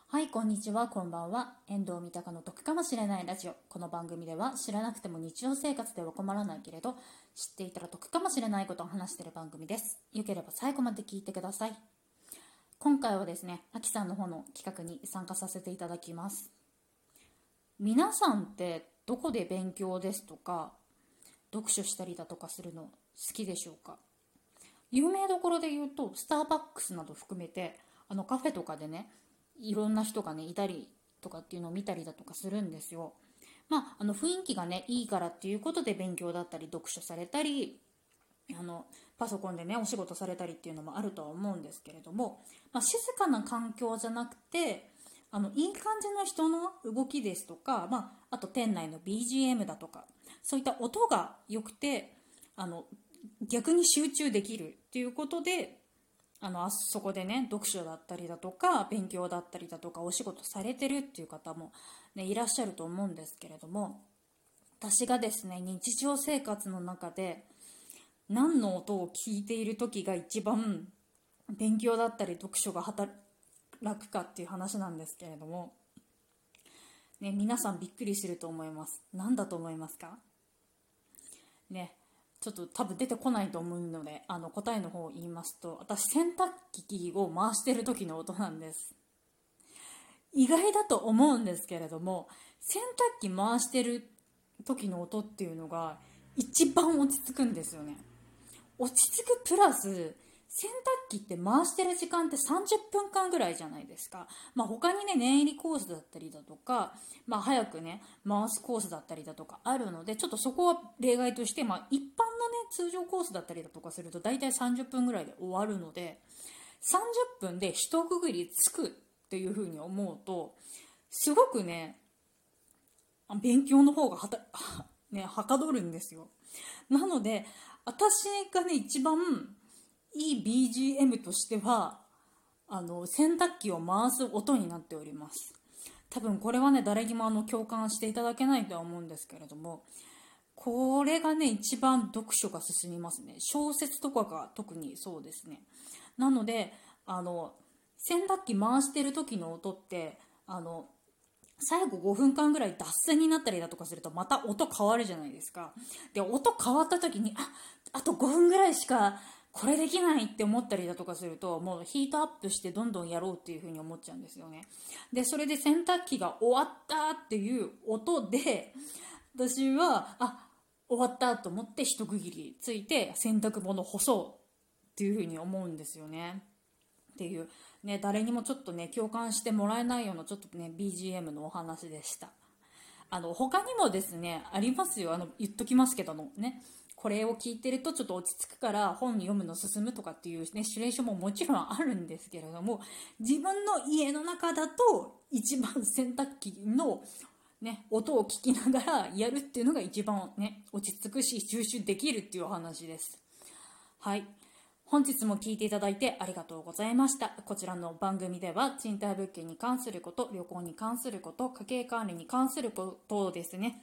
はい、こんにちは、こんばんは。遠藤三鷹の得かもしれないラジオ。この番組では知らなくても日常生活では困らないけれど、知っていたら得かもしれないことを話している番組です。よければ最後まで聞いてください。今回はですね、あきさんの方の企画に参加させていただきます。皆さんってどこで勉強ですとか、読書したりだとかするの好きでしょうか？有名どころで言うと、スターバックスなど含めて、カフェとかでね、いろんな人がねいたりとかっていうのを見たりだとかするんですよ。雰囲気がねいいからっていうことで勉強だったり読書されたり、パソコンでねお仕事されたりっていうのもあるとは思うんですけれども、静かな環境じゃなくていい感じの人の動きですとか、あと店内の BGM だとかそういった音が良くて逆に集中できるっていうことであそこでね読書だったりだとか勉強だったりだとかお仕事されてるっていう方も、ね、いらっしゃると思うんですけれども、私がですね日常生活の中で何の音を聞いている時が一番勉強だったり読書が働くかっていう話なんですけれども、ね、皆さんびっくりすると思います。何だと思いますかね。ちょっと多分出てこないと思うので答えの方を言いますと、私洗濯機を回してる時の音なんです。意外だと思うんですけれども、洗濯機回してる時の音っていうのが一番落ち着くんですよね。落ち着くプラス洗濯機って回してる時間って30分間ぐらいじゃないですか。他にね念入りコースだったりだとか、早くね回すコースだったりだとかあるので、ちょっとそこは例外として、一般のね通常コースだったりだとかすると大体30分ぐらいで終わるので、30分で一区切りつくっていう風に思うと、すごくね勉強の方がねはかどるんですよ。なので私がね一番いい BGM としては洗濯機を回す音になっております。多分これはね誰にも共感していただけないとは思うんですけれども、これがね一番読書が進みますね。小説とかが特にそうですね。なので洗濯機回してる時の音って最後5分間ぐらい脱線になったりだとかするとまた音変わるじゃないですか。で音変わった時にあと5分ぐらいしかこれできないって思ったりだとかすると、もうヒートアップしてどんどんやろうっていう風に思っちゃうんですよね。でそれで洗濯機が終わったっていう音で私は終わったと思って一区切りついて洗濯物干そうっていう風に思うんですよね。っていうね、誰にもちょっとね共感してもらえないようなちょっとね BGM のお話でした。他にもですねありますよ。言っときますけどもね、これを聞いてるとちょっと落ち着くから本読むの進むとかっていうねシチュエーションももちろんあるんですけれども、自分の家の中だと一番洗濯機のね、音を聞きながらやるっていうのが一番ね落ち着くし集中できるっていうお話です。はい、本日も聞いていただいてありがとうございました。こちらの番組では賃貸物件に関すること、旅行に関すること、家計管理に関することをですね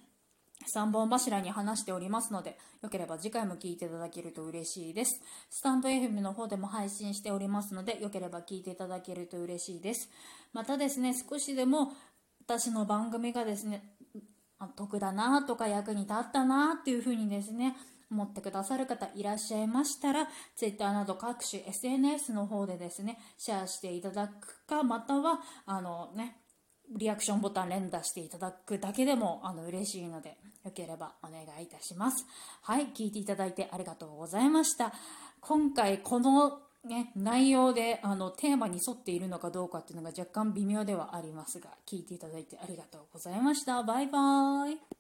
3本柱に話しておりますので、よければ次回も聞いていただけると嬉しいです。スタンド FM の方でも配信しておりますので、よければ聞いていただけると嬉しいです。またですね、少しでも私の番組がですね得だなとか役に立ったなっていう風にですね思ってくださる方いらっしゃいましたら、 Twitter など各種 SNS の方でですねシェアしていただくか、またはリアクションボタン連打していただくだけでも嬉しいので、よければお願いいたします。はい、聞いていただいてありがとうございました。今回この内容でテーマに沿っているのかどうかっていうのが若干微妙ではありますが、聞いていただいてありがとうございました。バイバーイ。